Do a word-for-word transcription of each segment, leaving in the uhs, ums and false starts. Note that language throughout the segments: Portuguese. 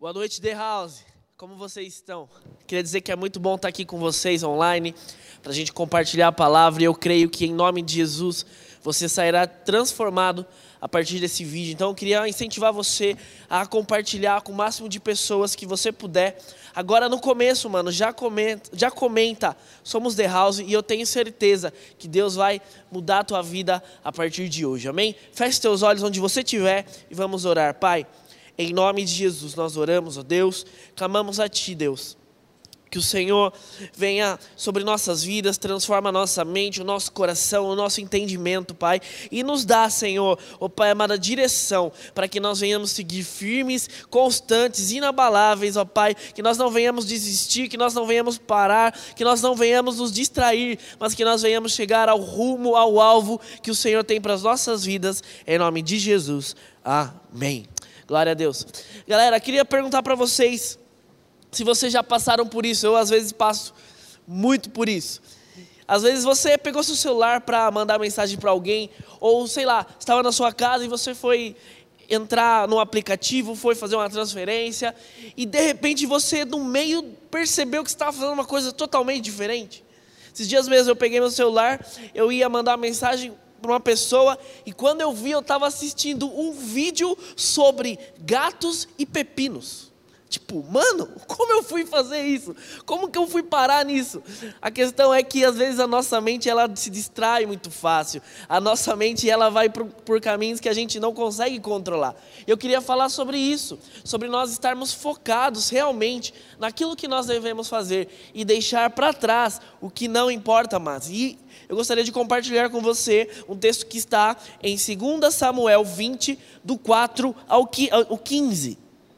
Boa noite, The House. Como vocês estão? Queria dizer que é muito bom estar aqui com vocês online, para a gente compartilhar a palavra. E eu creio que em nome de Jesus, você sairá transformado a partir desse vídeo. Então eu queria incentivar você a compartilhar com o máximo de pessoas que você puder. Agora no começo, mano, já comenta, já comenta, somos The House, e eu tenho certeza que Deus vai mudar a tua vida a partir de hoje, amém? Feche teus olhos onde você estiver e vamos orar. Pai, em nome de Jesus, nós oramos, ó Deus, clamamos a Ti, Deus. Que o Senhor venha sobre nossas vidas, transforma a nossa mente, o nosso coração, o nosso entendimento, Pai. E nos dá, Senhor, ó Pai amado, direção, para que nós venhamos seguir firmes, constantes, inabaláveis, ó Pai. Que nós não venhamos desistir, que nós não venhamos parar, que nós não venhamos nos distrair, mas que nós venhamos chegar ao rumo, ao alvo que o Senhor tem para as nossas vidas, em nome de Jesus. Amém. Glória a Deus. Galera, queria perguntar para vocês, se vocês já passaram por isso. Eu às vezes passo muito por isso. Às vezes você pegou seu celular para mandar mensagem para alguém, ou sei lá, estava na sua casa e você foi entrar no aplicativo, foi fazer uma transferência, e de repente você no meio percebeu que você estava fazendo uma coisa totalmente diferente. Esses dias mesmo eu peguei meu celular, eu ia mandar uma mensagem para uma pessoa, e quando eu vi, eu estava assistindo um vídeo sobre gatos e pepinos. Tipo, mano, como eu fui fazer isso? Como que eu fui parar nisso? A questão é que às vezes a nossa mente ela se distrai muito fácil. A nossa mente ela vai por, por caminhos que a gente não consegue controlar. Eu queria falar sobre isso, sobre nós estarmos focados realmente naquilo que nós devemos fazer e deixar para trás o que não importa mais. E eu gostaria de compartilhar com você um texto que está em dois Samuel vinte, do quatro ao quinze.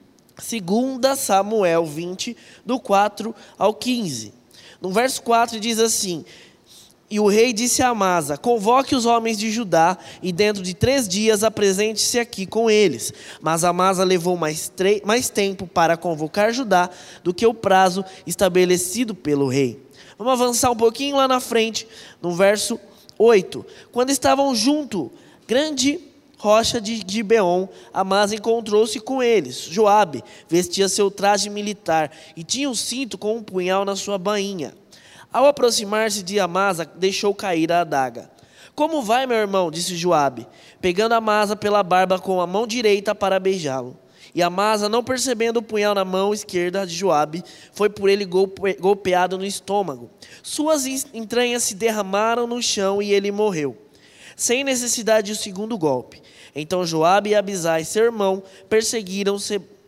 dois Samuel vinte, do quatro ao quinze. No verso quatro diz assim: E o rei disse a Amasa: Convoque os homens de Judá, e dentro de três dias apresente-se aqui com eles. Mas Amasa levou mais, mais tempo para convocar Judá do que o prazo estabelecido pelo rei. Vamos avançar um pouquinho lá na frente, no verso oito. Quando estavam junto, grande rocha de Gibeon, Amasa encontrou-se com eles. Joabe vestia seu traje militar e tinha um cinto com um punhal na sua bainha. Ao aproximar-se de Amasa, deixou cair a adaga. Como vai, meu irmão? Disse Joabe, pegando Amasa pela barba com a mão direita para beijá-lo. E Amasa, não percebendo o punhal na mão esquerda de Joabe, foi por ele golpe, golpeado no estômago. Suas entranhas se derramaram no chão e ele morreu, sem necessidade de um segundo golpe. Então Joabe e Abisai, seu irmão, perseguiram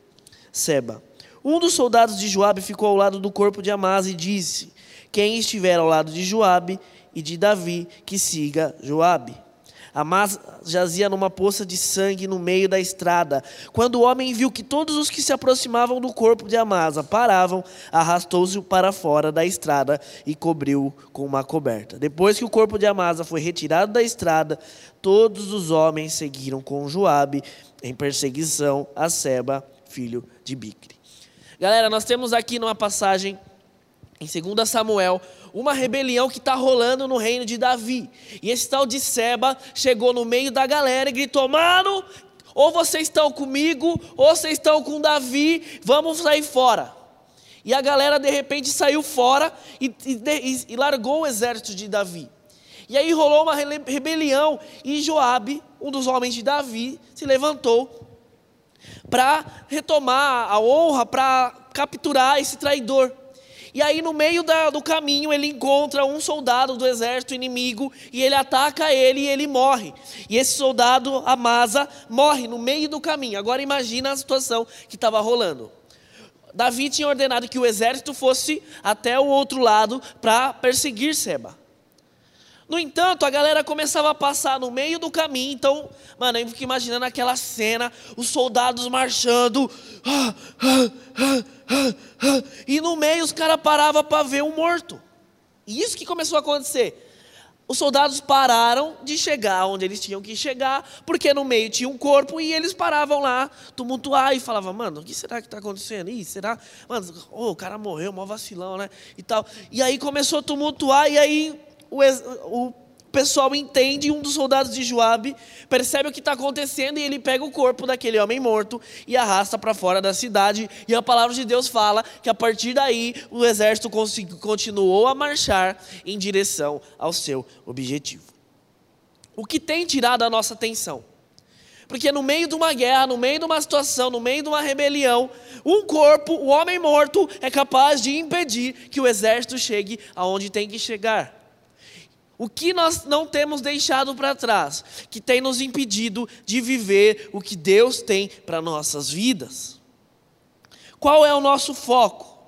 Seba. Um dos soldados de Joabe ficou ao lado do corpo de Amasa e disse: Quem estiver ao lado de Joabe e de Davi, que siga Joabe. Amasa jazia numa poça de sangue no meio da estrada. Quando o homem viu que todos os que se aproximavam do corpo de Amasa paravam, arrastou-se para fora da estrada e cobriu com uma coberta. Depois que o corpo de Amasa foi retirado da estrada, todos os homens seguiram com Joabe em perseguição a Seba, filho de Bicri. Galera, nós temos aqui numa passagem em dois Samuel, uma rebelião que está rolando no reino de Davi. E esse tal de Seba chegou no meio da galera e gritou: Mano, ou vocês estão comigo, ou vocês estão com Davi, vamos sair fora. E a galera de repente saiu fora e, e, e largou o exército de Davi. E aí rolou uma rebelião e Joabe, um dos homens de Davi, se levantou para retomar a honra, para capturar esse traidor. E aí no meio da, do caminho ele encontra um soldado do exército inimigo e ele ataca ele e ele morre. E esse soldado, Amasa, morre no meio do caminho. Agora imagina a situação que estava rolando. Davi tinha ordenado que o exército fosse até o outro lado para perseguir Seba. No entanto, a galera começava a passar no meio do caminho. Então, mano, eu fico imaginando aquela cena, os soldados marchando, ah, ah, ah, ah, ah, e no meio os caras paravam para ver um morto. E isso que começou a acontecer. Os soldados pararam de chegar onde eles tinham que chegar, porque no meio tinha um corpo e eles paravam lá, tumultuar e falavam: Mano, o que será que está acontecendo? Ih, será? Mano, oh, o cara morreu, mó vacilão, né? E tal. E aí começou a tumultuar e aí O, o, O pessoal entende, um dos soldados de Joabe percebe o que está acontecendo e ele pega o corpo daquele homem morto e arrasta para fora da cidade. E a palavra de Deus fala que a partir daí o exército continuou a marchar em direção ao seu objetivo. O que tem tirado a nossa atenção? Porque no meio de uma guerra, no meio de uma situação, no meio de uma rebelião, um corpo, o homem morto, é capaz de impedir que o exército chegue aonde tem que chegar. O que nós não temos deixado para trás, que tem nos impedido de viver o que Deus tem para nossas vidas? Qual é o nosso foco?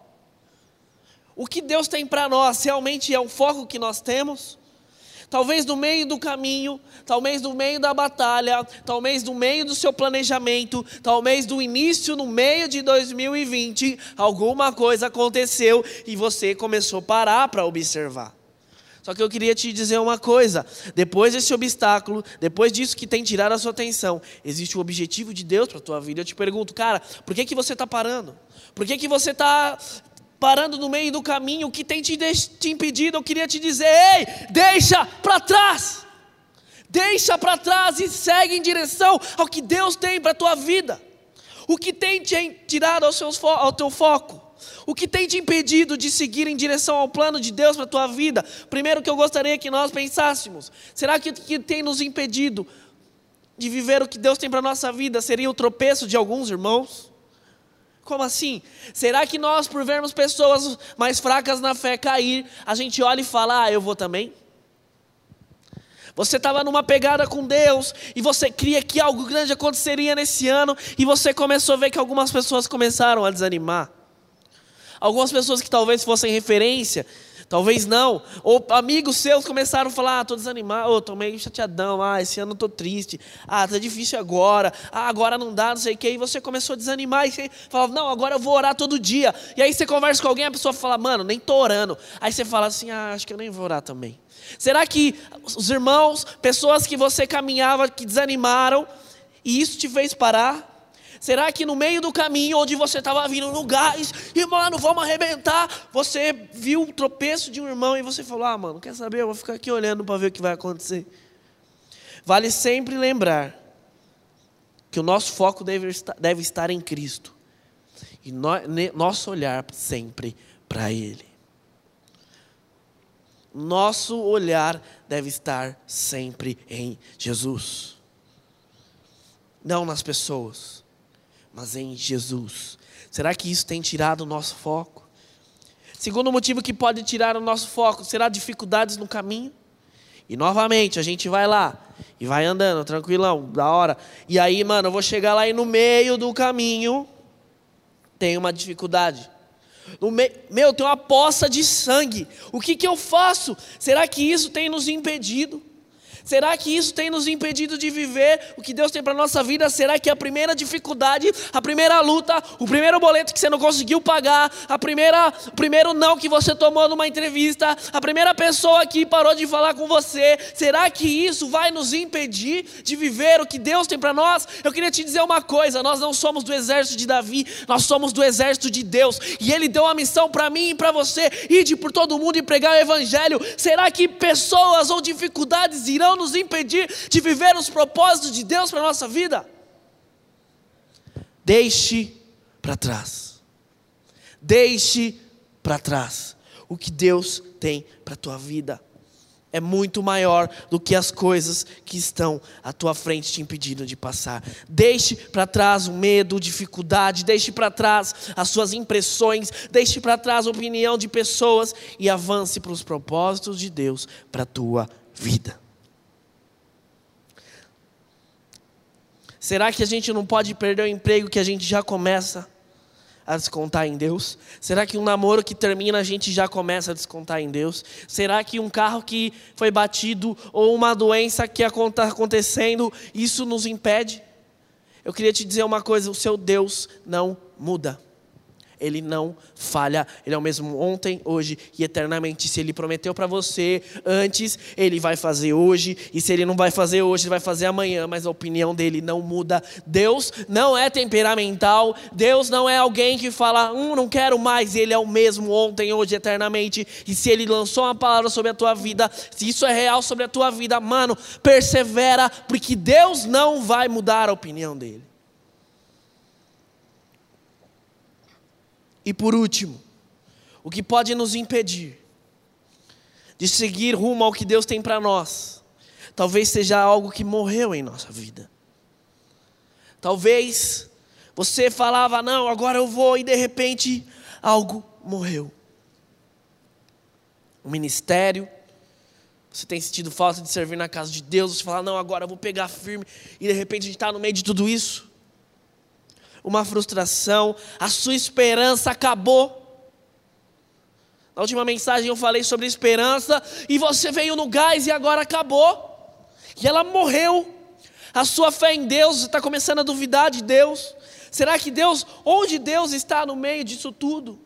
O que Deus tem para nós realmente é um foco que nós temos? Talvez no meio do caminho, talvez no meio da batalha, talvez no meio do seu planejamento, talvez do início, no meio de dois mil e vinte, alguma coisa aconteceu e você começou a parar para observar. Só que eu queria te dizer uma coisa, depois desse obstáculo, depois disso que tem tirado a sua atenção, existe o objetivo de Deus para a tua vida. Eu te pergunto, cara, por que que você está parando? Por que que você está parando no meio do caminho? O que tem te, te impedido? Eu queria te dizer, ei, deixa para trás. Deixa para trás e segue em direção ao que Deus tem para a tua vida. O que tem te tirado ao, seus, ao teu foco? O que tem te impedido de seguir em direção ao plano de Deus para a tua vida? Primeiro que eu gostaria que nós pensássemos, será que o que tem nos impedido de viver o que Deus tem para a nossa vida seria o tropeço de alguns irmãos? Como assim? Será que nós, por vermos pessoas mais fracas na fé cair, a gente olha e fala, ah, eu vou também? Você estava numa pegada com Deus e você cria que algo grande aconteceria nesse ano e você começou a ver que algumas pessoas começaram a desanimar. Algumas pessoas que talvez fossem referência, talvez não. Ou amigos seus começaram a falar, ah, estou desanimado, estou meio chateadão, ah, esse ano estou triste, ah, está difícil agora, ah, agora não dá, não sei o que. E você começou a desanimar e você fala, não, agora eu vou orar todo dia. E aí você conversa com alguém, a pessoa fala, mano, nem estou orando. Aí você fala assim, ah, acho que eu nem vou orar também. Será que os irmãos, pessoas que você caminhava, que desanimaram, e isso te fez parar? Será que no meio do caminho, onde você estava vindo no gás, e mano, vamos arrebentar, você viu o tropeço de um irmão e você falou, ah mano, quer saber, eu vou ficar aqui olhando para ver o que vai acontecer. Vale sempre lembrar que o nosso foco deve estar, deve estar em Cristo. E no, ne, nosso olhar sempre para Ele. Nosso olhar deve estar sempre em Jesus. Não nas pessoas, mas em Jesus. Será que isso tem tirado o nosso foco? Segundo motivo que pode tirar o nosso foco, será dificuldades no caminho. E novamente, a gente vai lá e vai andando, tranquilão, da hora. E aí, mano, eu vou chegar lá e no meio do caminho tem uma dificuldade. No me... Meu, tem uma poça de sangue. O que que eu faço? Será que isso tem nos impedido? Será que isso tem nos impedido de viver o que Deus tem para a nossa vida? Será que a primeira dificuldade, a primeira luta, o primeiro boleto que você não conseguiu pagar, a primeira, o primeiro não que você tomou numa entrevista, a primeira pessoa que parou de falar com você, será que isso vai nos impedir de viver o que Deus tem para nós? Eu queria te dizer uma coisa, nós não somos do exército de Davi, nós somos do exército de Deus, e Ele deu uma missão para mim e para você, ide por todo mundo e pregar o evangelho. Será que pessoas ou dificuldades irão nos impedir de viver os propósitos de Deus para a nossa vida? Deixe para trás. Deixe para trás. O que Deus tem para a tua vida é muito maior do que as coisas que estão à tua frente te impedindo de passar. Deixe para trás o medo, dificuldade, deixe para trás as suas impressões, deixe para trás a opinião de pessoas e avance para os propósitos de Deus para a tua vida. Será que a gente não pode perder o emprego que a gente já começa a descontar em Deus? Será que um namoro que termina a gente já começa a descontar em Deus? Será que um carro que foi batido ou uma doença que está acontecendo, isso nos impede? Eu queria te dizer uma coisa, o seu Deus não muda. Ele não falha. Ele é o mesmo ontem, hoje e eternamente. Se Ele prometeu para você antes, Ele vai fazer hoje. E se Ele não vai fazer hoje, Ele vai fazer amanhã. Mas a opinião dele não muda. Deus não é temperamental. Deus não é alguém que fala, hum, não quero mais. Ele é o mesmo ontem, hoje e eternamente. E se Ele lançou uma palavra sobre a tua vida, se isso é real sobre a tua vida, mano, persevera, porque Deus não vai mudar a opinião dele. E por último, o que pode nos impedir de seguir rumo ao que Deus tem para nós, talvez seja algo que morreu em nossa vida. Talvez você falava, não, agora eu vou, e de repente algo morreu. O ministério, você tem sentido falta de servir na casa de Deus, você fala, não, agora eu vou pegar firme, e de repente a gente está no meio de tudo isso. Uma frustração, a sua esperança acabou. Na última mensagem eu falei sobre esperança, e você veio no gás e agora acabou. E ela morreu. A sua fé em Deus, você está começando a duvidar de Deus. Será que Deus, onde Deus está no meio disso tudo?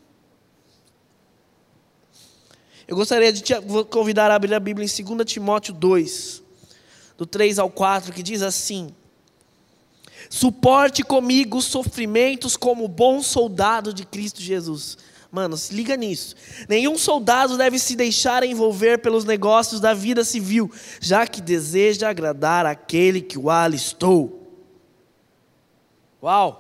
Eu gostaria de te convidar a abrir a Bíblia em Segunda Timóteo dois, do três ao quatro, que diz assim: suporte comigo os sofrimentos como bom soldado de Cristo Jesus. Mano, se liga nisso. Nenhum soldado deve se deixar envolver pelos negócios da vida civil, já que deseja agradar aquele que o alistou. Uau!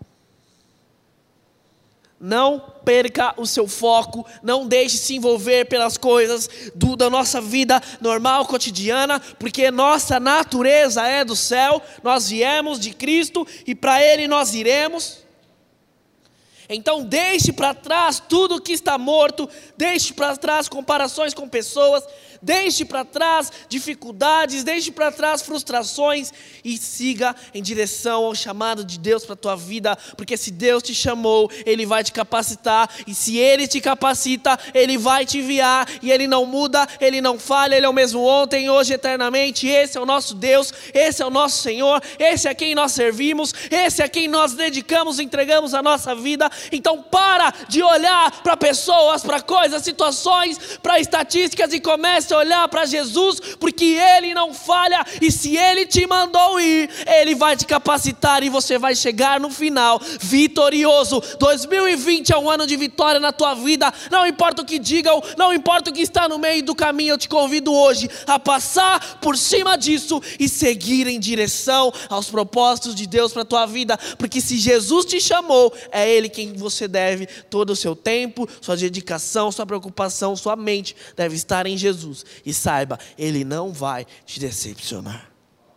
Não perca o seu foco, não deixe se envolver pelas coisas do, da nossa vida normal, cotidiana, porque nossa natureza é do céu, nós viemos de Cristo e para Ele nós iremos. Então deixe para trás tudo que está morto, deixe para trás comparações com pessoas, deixe para trás dificuldades, deixe para trás frustrações e siga em direção ao chamado de Deus para a tua vida, porque se Deus te chamou, Ele vai te capacitar, e se Ele te capacita, Ele vai te enviar, e Ele não muda, Ele não falha, Ele é o mesmo ontem, hoje, eternamente. Esse é o nosso Deus, esse é o nosso Senhor, esse é quem nós servimos, esse é quem nós dedicamos, entregamos a nossa vida. Então para de olhar para pessoas, para coisas, situações, para estatísticas e comece a olhar para Jesus, porque Ele não falha, e se Ele te mandou ir, Ele vai te capacitar e você vai chegar no final vitorioso. dois mil e vinte é um ano de vitória na tua vida, não importa o que digam, não importa o que está no meio do caminho, eu te convido hoje a passar por cima disso e seguir em direção aos propósitos de Deus para a tua vida, porque se Jesus te chamou, é Ele quem você deve todo o seu tempo, sua dedicação, sua preocupação, sua mente deve estar em Jesus. E saiba, Ele não vai te decepcionar.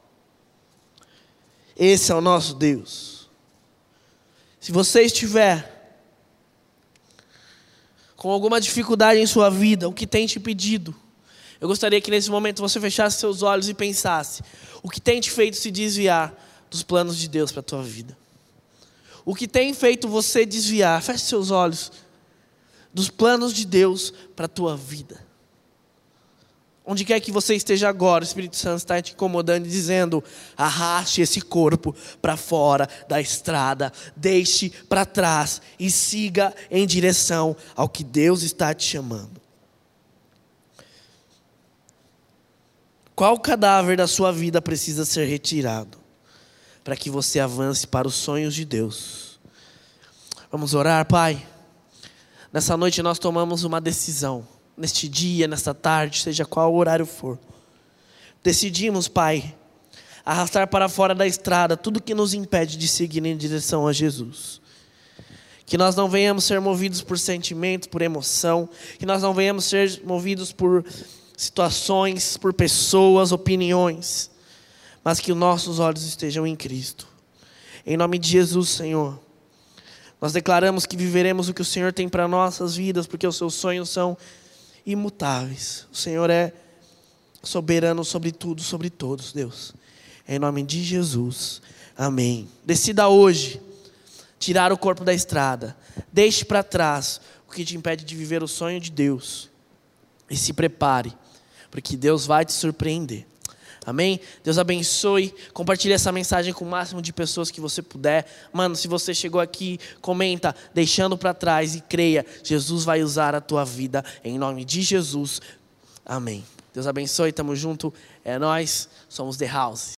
Esse é o nosso Deus. Se você estiver com alguma dificuldade em sua vida, o que tem te pedido, eu gostaria que nesse momento você fechasse seus olhos e pensasse: o que tem te feito se desviar dos planos de Deus para a tua vida? O que tem feito você desviar, feche seus olhos, dos planos de Deus para a tua vida? Onde quer que você esteja agora, o Espírito Santo está te incomodando e dizendo: arraste esse corpo para fora da estrada, deixe para trás e siga em direção ao que Deus está te chamando. Qual cadáver da sua vida precisa ser retirado para que você avance para os sonhos de Deus? Vamos orar, Pai. Nessa noite nós tomamos uma decisão. Neste dia, nesta tarde, seja qual horário for. Decidimos, Pai, arrastar para fora da estrada tudo que nos impede de seguir em direção a Jesus. Que nós não venhamos ser movidos por sentimento, por emoção. Que nós não venhamos ser movidos por situações, por pessoas, opiniões. Mas que os nossos olhos estejam em Cristo. Em nome de Jesus, Senhor, nós declaramos que viveremos o que o Senhor tem para nossas vidas, porque os seus sonhos são imutáveis. O Senhor é soberano sobre tudo, sobre todos, Deus. Em nome de Jesus, amém. Decida hoje tirar o corpo da estrada. Deixe para trás o que te impede de viver o sonho de Deus. E se prepare, porque Deus vai te surpreender. Amém? Deus abençoe. Compartilhe essa mensagem com o máximo de pessoas que você puder. Mano, se você chegou aqui, comenta, deixando para trás e creia. Jesus vai usar a tua vida em nome de Jesus. Amém. Deus abençoe, tamo junto. É nós, somos The House.